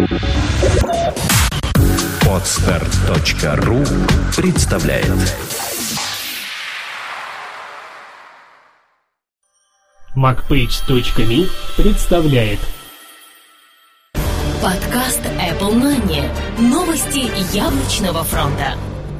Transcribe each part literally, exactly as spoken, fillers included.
Подстер точка ру представляет. макпейдж точка ми представляет подкаст Apple Money. Новости яблочного фронта.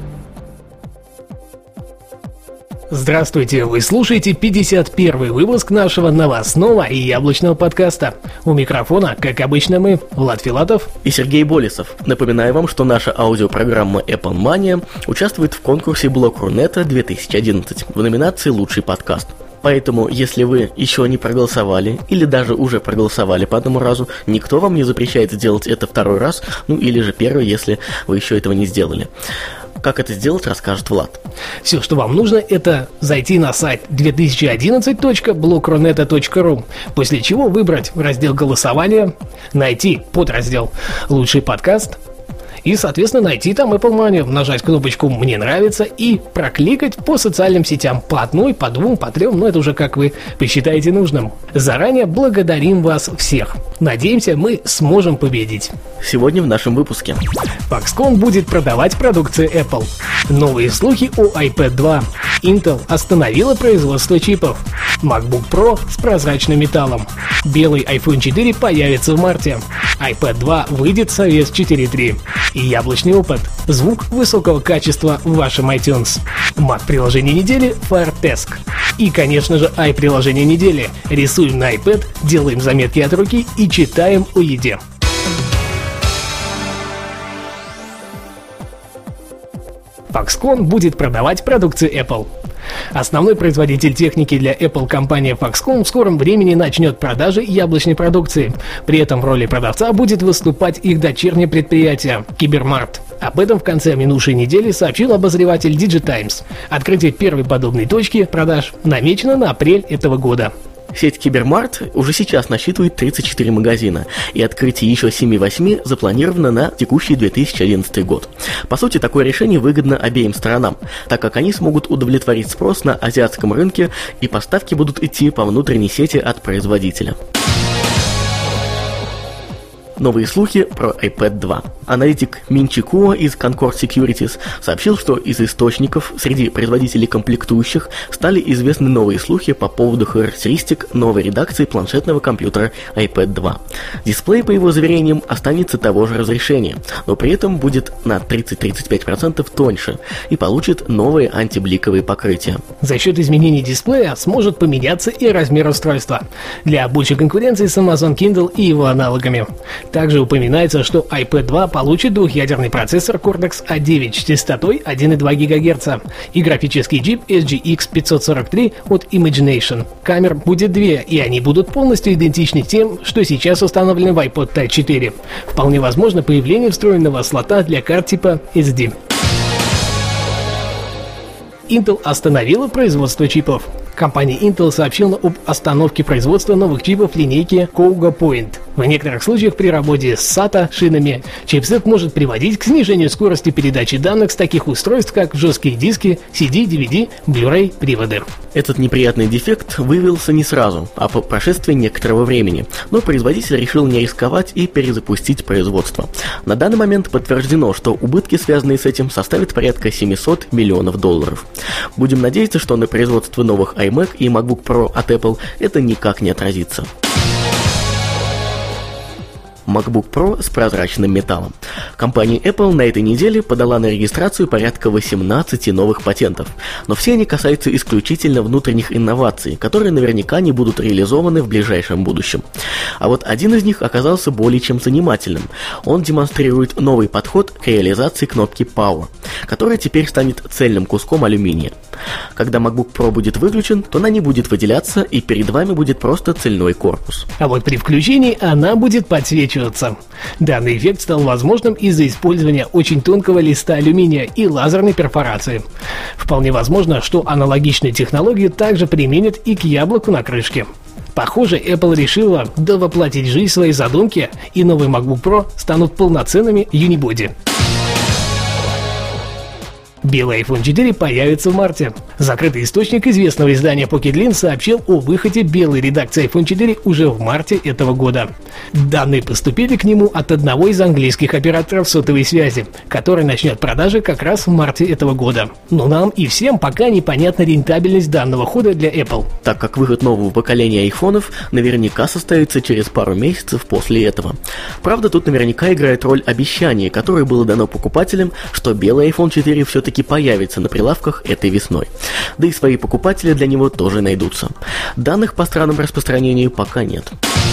Здравствуйте, вы слушаете пятьдесят первый выпуск нашего новостного и яблочного подкаста. У микрофона, как обычно, мы, Влад Филатов и Сергей Болесов. Напоминаю вам, что наша аудиопрограмма Apple Money участвует в конкурсе Блог.Рунета две тысячи одиннадцать в номинации «Лучший подкаст». Поэтому, если вы еще не проголосовали, или даже уже проголосовали по одному разу, никто вам не запрещает сделать это второй раз, ну или же первый, если вы еще этого не сделали. Как это сделать, расскажет Влад. Все, что вам нужно, это зайти на сайт две тысячи одиннадцать точка блог рунета точка ру, после чего выбрать раздел голосования, найти подраздел «Лучший подкаст», и, соответственно, найти там Apple Money, нажать кнопочку «Мне нравится» и прокликать по социальным сетям по одной, по двум, по трем, но это уже как вы посчитаете нужным. Заранее благодарим вас всех. Надеемся, мы сможем победить. Сегодня в нашем выпуске. Foxconn будет продавать продукцию Apple. Новые слухи о iPad два. Intel остановила производство чипов. MacBook Pro с прозрачным металлом. Белый iPhone четыре появится в марте. iPad два выйдет с ай о эс четыре точка три. И яблочный опыт. Звук высокого качества в вашем iTunes. Mac-приложение недели Firedesk. И, конечно же, i-приложение недели. Рисуем на iPad, делаем заметки от руки и читаем о еде. Foxconn будет продавать продукцию Apple. Основной производитель техники для Apple, компания Foxconn, в скором времени начнет продажи яблочной продукции. При этом в роли продавца будет выступать их дочернее предприятие Cybermart. Об этом в конце минувшей недели сообщил обозреватель DigiTimes. Открытие первой подобной точки продаж намечено на апрель этого года. Сеть Cybermart уже сейчас насчитывает тридцать четыре магазина, и открытие еще семь-восемь запланировано на текущий две тысячи одиннадцатый год. По сути, такое решение выгодно обеим сторонам, так как они смогут удовлетворить спрос на азиатском рынке, и поставки будут идти по внутренней сети от производителя. Новые слухи про iPad два. Аналитик Мин Чи Куо из Concord Securities сообщил, что из источников среди производителей комплектующих стали известны новые слухи по поводу характеристик новой редакции планшетного компьютера iPad два. Дисплей, по его заверениям, останется того же разрешения, но при этом будет на тридцать-тридцать пять процентов тоньше и получит новые антибликовые покрытия. За счет изменений дисплея сможет поменяться и размер устройства для большей конкуренции с Amazon Kindle и его аналогами. Также упоминается, что iPad два получит двухъядерный процессор Cortex а девять с частотой один и два гигагерца и графический чип эс джи икс пятьсот сорок три от Imagination. Камер будет две, и они будут полностью идентичны тем, что сейчас установлены в iPod Touch четыре. Вполне возможно появление встроенного слота для карт типа эс ди. Intel остановила производство чипов. Компания Intel сообщила об остановке производства новых чипов линейки Cougar Point. В некоторых случаях при работе с сата шинами чипсет может приводить к снижению скорости передачи данных с таких устройств, как жесткие диски, си ди, ди ви ди, Blu-ray, приводы. Этот неприятный дефект выявился не сразу, а по прошествии некоторого времени, но производитель решил не рисковать и перезапустить производство. На данный момент подтверждено, что убытки, связанные с этим, составят порядка семьсот миллионов долларов. Будем надеяться, что на производство новых iMac и MacBook Pro от Apple это никак не отразится. MacBook Pro с прозрачным металлом. Компания Apple на этой неделе подала на регистрацию порядка восемнадцати новых патентов, но все они касаются исключительно внутренних инноваций, которые наверняка не будут реализованы в ближайшем будущем. А вот один из них оказался более чем занимательным. Он демонстрирует новый подход к реализации кнопки Power, которая теперь станет цельным куском алюминия. Когда MacBook Pro будет выключен, то она не будет выделяться, и перед вами будет просто цельной корпус. А вот при включении она будет подсвечиваться. Данный эффект стал возможным из-за использования очень тонкого листа алюминия и лазерной перфорации. Вполне возможно, что аналогичную технологию также применят и к яблоку на крышке. Похоже, Apple решила довоплотить жизнь своей задумки, и новые MacBook Pro станут полноценными юнибоди. Белый iPhone четыре появится в марте. Закрытый источник известного издания Pocket сообщил о выходе белой редакции iPhone четыре уже в марте этого года. Данные поступили к нему от одного из английских операторов сотовой связи, который начнет продажи как раз в марте этого года. Но нам и всем пока непонятна рентабельность данного хода для Apple, так как выход нового поколения айфонов наверняка состоится через пару месяцев после этого. Правда, тут наверняка играет роль обещание, которое было дано покупателям, что белый iPhone четыре все-таки появится на прилавках этой весной. Да и свои покупатели для него тоже найдутся. Данных по странам распространения пока нет.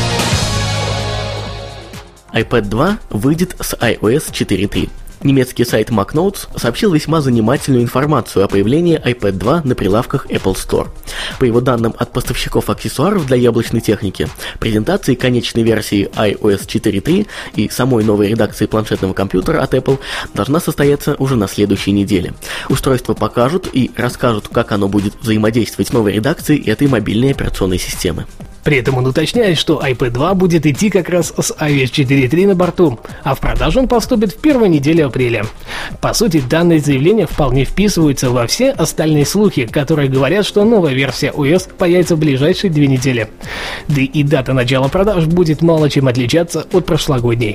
iPad два выйдет с iOS четыре точка три. Немецкий сайт MacNotes сообщил весьма занимательную информацию о появлении iPad два на прилавках Apple Store. По его данным от поставщиков аксессуаров для яблочной техники, презентации конечной версии iOS четыре точка три и самой новой редакции планшетного компьютера от Apple должна состояться уже на следующей неделе. Устройство покажут и расскажут, как оно будет взаимодействовать с новой редакцией этой мобильной операционной системы. При этом он уточняет, что iPad два будет идти как раз с iOS четыре точка три на борту, а в продажу он поступит в первой неделе апреля. По сути, данные заявления вполне вписываются во все остальные слухи, которые говорят, что новая версия о эс появится в ближайшие две недели. Да и дата начала продаж будет мало чем отличаться от прошлогодней.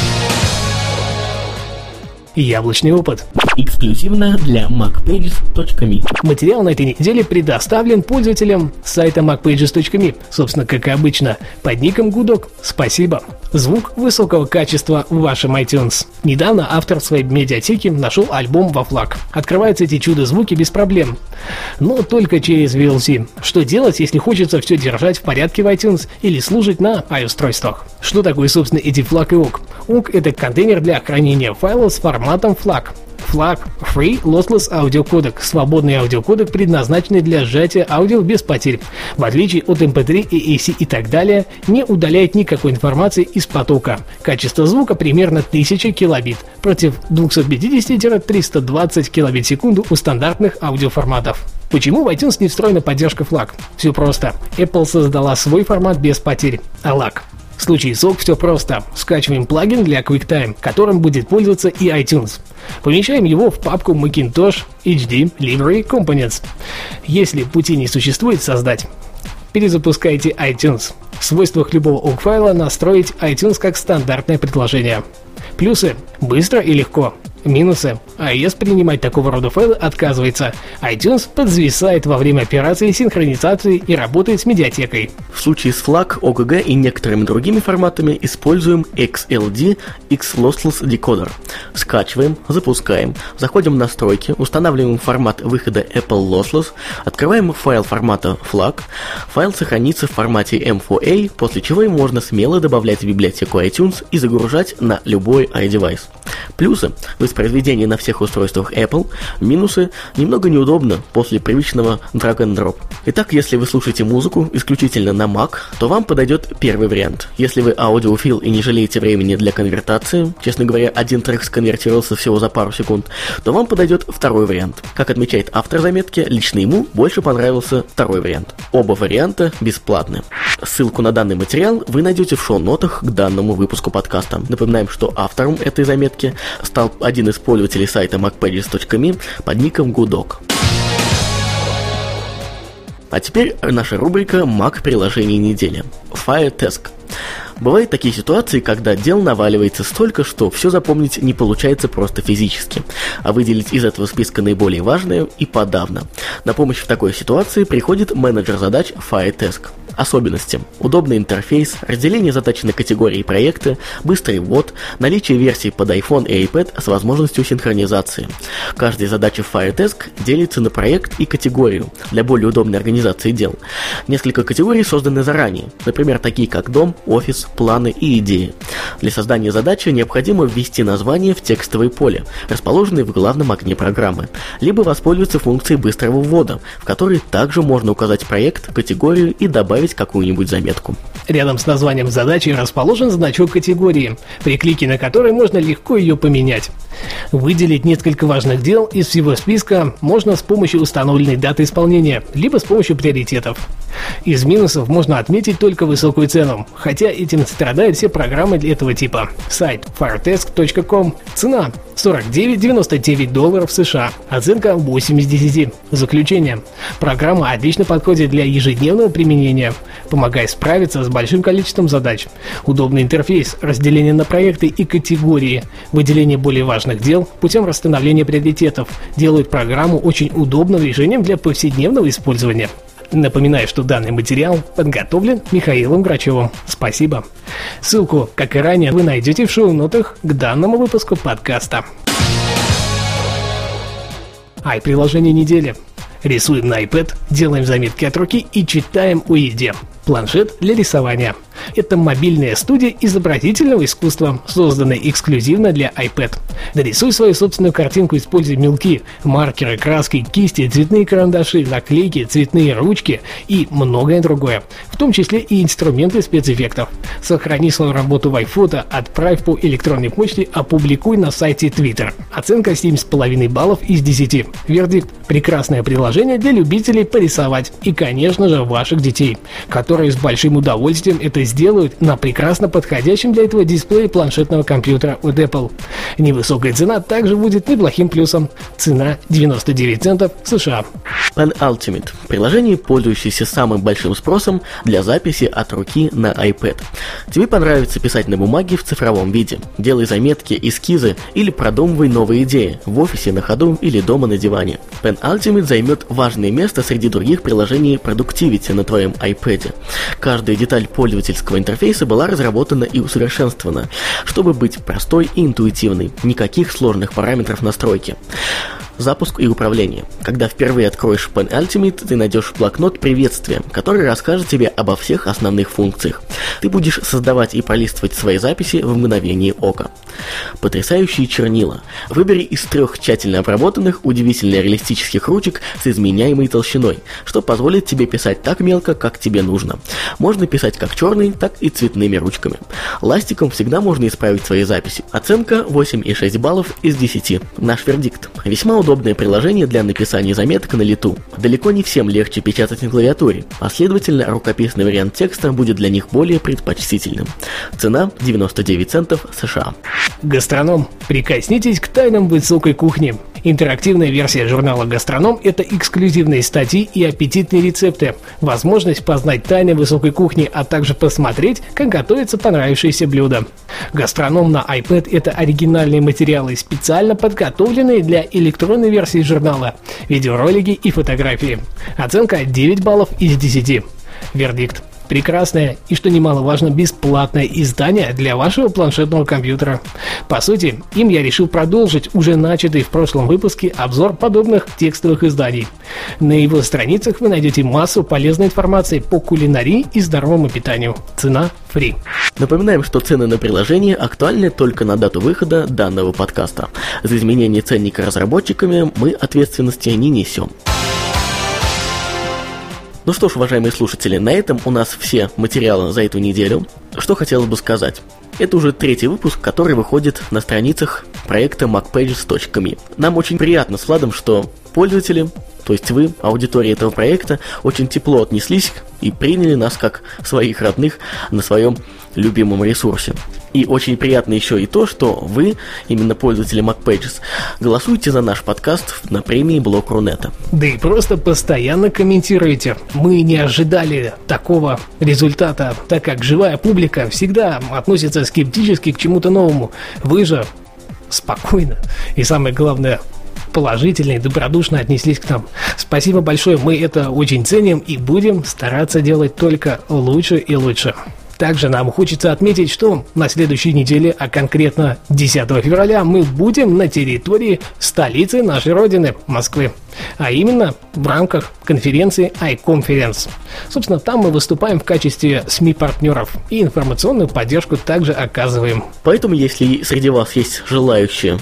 Яблочный опыт. Эксклюзивно для MacPages точка ми. Материал на этой неделе предоставлен пользователям сайта MacPages точка ми, собственно, как и обычно, под ником Гудок. Спасибо. Звук высокого качества в вашем iTunes. Недавно автор своей медиатеки нашел альбом во флаг. Открываются эти чудо-звуки без проблем, но только через ви эл си. Что делать, если хочется все держать в порядке в iTunes или слушать на i-устройствах? Что такое, собственно, эти флаг и ок? ок — это контейнер для хранения файлов с форматом флаг. флаг – Free Lossless Audio Codec – свободный аудиокодек, предназначенный для сжатия аудио без потерь. В отличие от эм пэ три, и эй си и так далее, не удаляет никакой информации из потока. Качество звука примерно тысяча килобит против двести пятьдесят - триста двадцать килобит в секунду у стандартных аудиоформатов. Почему в iTunes не встроена поддержка флаг? Все просто. Apple создала свой формат без потерь – эй эл эй си. В случае с ок все просто. Скачиваем плагин для QuickTime, которым будет пользоваться и iTunes. Помещаем его в папку Macintosh эйч ди Library Components. Если пути не существует создать, перезапускайте iTunes. В свойствах любого ок файла настроить iTunes как стандартное предложение. Плюсы – быстро и легко. Минусы – iOS принимать такого рода файлы отказывается. iTunes подзависает во время операции синхронизации и работает с медиатекой. В случае с флаг, о джи джи и некоторыми другими форматами используем икс эл ди X-Lossless Decoder. Скачиваем, запускаем, заходим в настройки, устанавливаем формат выхода Apple Lossless, открываем файл формата флаг, файл сохранится в формате эм фор эй, после чего им можно смело добавлять в библиотеку iTunes и загружать на любой iDevice. Плюсы – воспроизведение на всех устройствах Apple. Минусы – немного неудобно после привычного drag and drop. Итак, если вы слушаете музыку исключительно на Mac, то вам подойдет первый вариант. Если вы аудиофил и не жалеете времени для конвертации, честно говоря, один трек сконвертировался всего за пару секунд, то вам подойдет второй вариант. Как отмечает автор заметки, лично ему больше понравился второй вариант. Оба варианта бесплатны. Ссылку на данный материал вы найдете в шоу-нотах к данному выпуску подкаста. Напоминаем, что автором этой заметки стал один из пользователей сайта MacPages точка ми под ником Гудок. А теперь наша рубрика Mac-приложение недели. FireTask. Бывают такие ситуации, когда дел наваливается столько, что все запомнить не получается просто физически, а выделить из этого списка наиболее важное и подавно. На помощь в такой ситуации приходит менеджер задач FireTask. Особенности: удобный интерфейс, разделение задач на категории и проекты, быстрый ввод, наличие версий под iPhone и iPad с возможностью синхронизации. Каждая задача в FireTask делится на проект и категорию для более удобной организации дел. Несколько категорий созданы заранее, например, такие как дом, офис, планы и идеи. Для создания задачи необходимо ввести название в текстовое поле, расположенное в главном окне программы, либо воспользоваться функцией быстрого ввода, в которой также можно указать проект, категорию и добавить какую-нибудь заметку. Рядом с названием задачи расположен значок категории, при клике на который можно легко ее поменять. Выделить несколько важных дел из всего списка можно с помощью установленной даты исполнения, либо с помощью приоритетов. Из минусов можно отметить только высокую цену, хотя этим страдают все программы этого типа. Сайт firetest точка ком. Цена сорок девять девяносто девять долларов США. Оценка восемь из десяти. Заключение. Программа отлично подходит для ежедневного применения, помогая справиться с большим количеством задач. Удобный интерфейс, разделение на проекты и категории, выделение более важных дел путем расстановления приоритетов делают программу очень удобным решением для повседневного использования. Напоминаю, что данный материал подготовлен Михаилом Грачевым. Спасибо. Ссылку, как и ранее, вы найдете в шоу-нотах к данному выпуску подкаста. Ай-приложение недели. Рисуем на iPad, делаем заметки от руки и читаем о еде. Планшет для рисования. Это мобильная студия изобразительного искусства, созданная эксклюзивно для iPad. Нарисуй свою собственную картинку, используя мелки, маркеры, краски, кисти, цветные карандаши, наклейки, цветные ручки и многое другое, в том числе и инструменты спецэффектов. Сохрани свою работу в iPhoto, отправь по электронной почте, опубликуй на сайте Twitter. Оценка семь с половиной баллов из десяти. Вердикт – прекрасное приложение для любителей порисовать и, конечно же, ваших детей, которые с большим удовольствием это сделают на прекрасно подходящем для этого дисплее планшетного компьютера от Apple. Невысокая цена также будет неплохим плюсом. Цена девяносто девять центов США. Penultimate – приложение, пользующееся самым большим спросом для записи от руки на iPad. Тебе понравится писать на бумаге в цифровом виде. Делай заметки, эскизы или продумывай новые идеи в офисе, на ходу или дома на диване. Penultimate займет важное место среди других приложений Productivity на твоем iPad. Каждая деталь пользовательского интерфейса была разработана и усовершенствована, чтобы быть простой и интуитивной, никаких сложных параметров настройки. Запуск и управление. Когда впервые откроешь Penultimate, ты найдешь блокнот приветствия, который расскажет тебе обо всех основных функциях. Ты будешь создавать и пролистывать свои записи в мгновение ока. Потрясающие чернила. Выбери из трех тщательно обработанных, удивительно реалистических ручек с изменяемой толщиной, что позволит тебе писать так мелко, как тебе нужно. Можно писать как черной, так и цветными ручками. Ластиком всегда можно исправить свои записи. Оценка восемь и шесть баллов из десяти. Наш вердикт. Весьма удобное приложение для написания заметок на лету. Далеко не всем легче печатать на клавиатуре, а следовательно, рукописный вариант текста будет для них более предпочтительным. Цена девяносто девять центов США. Гастроном. Прикоснитесь к тайнам высокой кухни. Интерактивная версия журнала «Гастроном» — это эксклюзивные статьи и аппетитные рецепты, возможность познать тайны высокой кухни, а также посмотреть, как готовится понравившееся блюдо. «Гастроном» на iPad — это оригинальные материалы, специально подготовленные для электронной версии журнала, видеоролики и фотографии. Оценка девять баллов из десяти. Вердикт. Прекрасное и, что немаловажно, бесплатное издание для вашего планшетного компьютера. По сути, им я решил продолжить уже начатый в прошлом выпуске обзор подобных текстовых изданий. На его страницах вы найдете массу полезной информации по кулинарии и здоровому питанию. Цена фри. Напоминаем, что цены на приложение актуальны только на дату выхода данного подкаста. За изменение ценника разработчиками мы ответственности не несем. Ну что ж, уважаемые слушатели, на этом у нас все материалы за эту неделю. Что хотелось бы сказать. Это уже третий выпуск, который выходит на страницах проекта mac pages точка me. Нам очень приятно с Владом, что пользователи, то есть вы, аудитория этого проекта, очень тепло отнеслись и приняли нас как своих родных на своем любимом ресурсе. И очень приятно еще и то, что вы, именно пользователи MacPages, голосуете за наш подкаст на премии Блок.Рунета. Да и просто постоянно комментируете. Мы не ожидали такого результата, так как живая публика всегда относится скептически к чему-то новому. Вы же спокойно и, самое главное, положительно и добродушно отнеслись к нам. Спасибо большое, мы это очень ценим и будем стараться делать только лучше и лучше. Также нам хочется отметить, что на следующей неделе, а конкретно десятого февраля, мы будем на территории столицы нашей родины, Москвы. А именно в рамках конференции iConference. Собственно, там мы выступаем в качестве СМИ-партнеров и информационную поддержку также оказываем. Поэтому, если среди вас есть желающие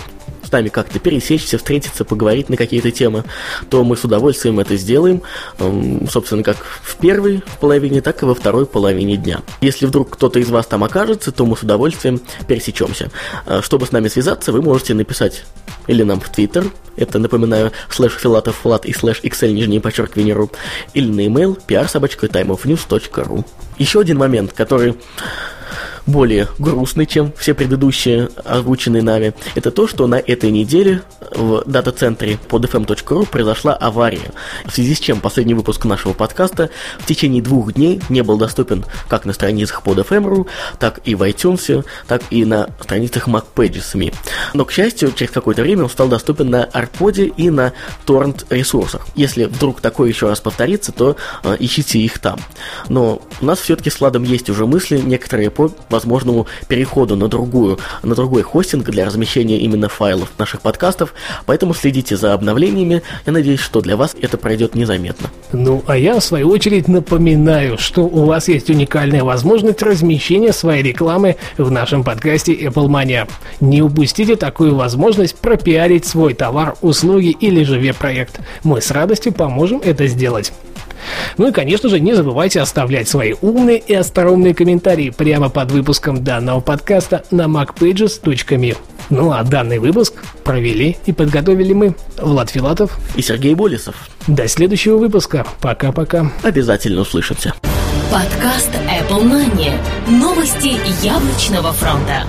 с нами как-то пересечься, встретиться, поговорить на какие-то темы, то мы с удовольствием это сделаем, собственно, как в первой половине, так и во второй половине дня. Если вдруг кто-то из вас там окажется, то мы с удовольствием пересечемся. Чтобы с нами связаться, вы можете написать или нам в Твиттер, это, напоминаю, слэш филатов флат и слэш xl нижнее подчеркивание ру, или на имейл пи ар собака таймофньюс точка ру. Еще один момент, который более грустный, чем все предыдущие, озвученные нами, это то, что на этой неделе в дата-центре под эф эм точка ру произошла авария, в связи с чем последний выпуск нашего подкаста в течение двух дней не был доступен как на страницах под эф эм точка ру, так и в iTunes, так и на страницах MacPages. Но, к счастью, через какое-то время он стал доступен на Арподе и на торрент-ресурсах. Если вдруг такое еще раз повторится, то э, ищите их там. Но у нас все-таки с Владом есть уже мысли, некоторые по возможному переходу на другую, на другой хостинг для размещения именно файлов наших подкастов, поэтому следите за обновлениями. Я надеюсь, что для вас это пройдет незаметно. Ну, а я, в свою очередь, напоминаю, что у вас есть уникальная возможность размещения своей рекламы в нашем подкасте Apple Mania. Не упустите такую возможность пропиарить свой товар, услуги или же веб-проект. Мы с радостью поможем это сделать. Ну и, конечно же, не забывайте оставлять свои умные и остроумные комментарии прямо под выпуском данного подкаста на мак пейджес точка ми. Ну а данный выпуск провели и подготовили мы, Влад Филатов и Сергей Болесов. До следующего выпуска. Пока-пока. Обязательно услышимся. Подкаст Apple Mania. Новости яблочного фронта.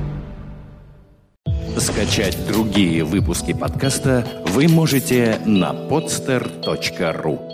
Скачать другие выпуски подкаста вы можете на подстер точка ру.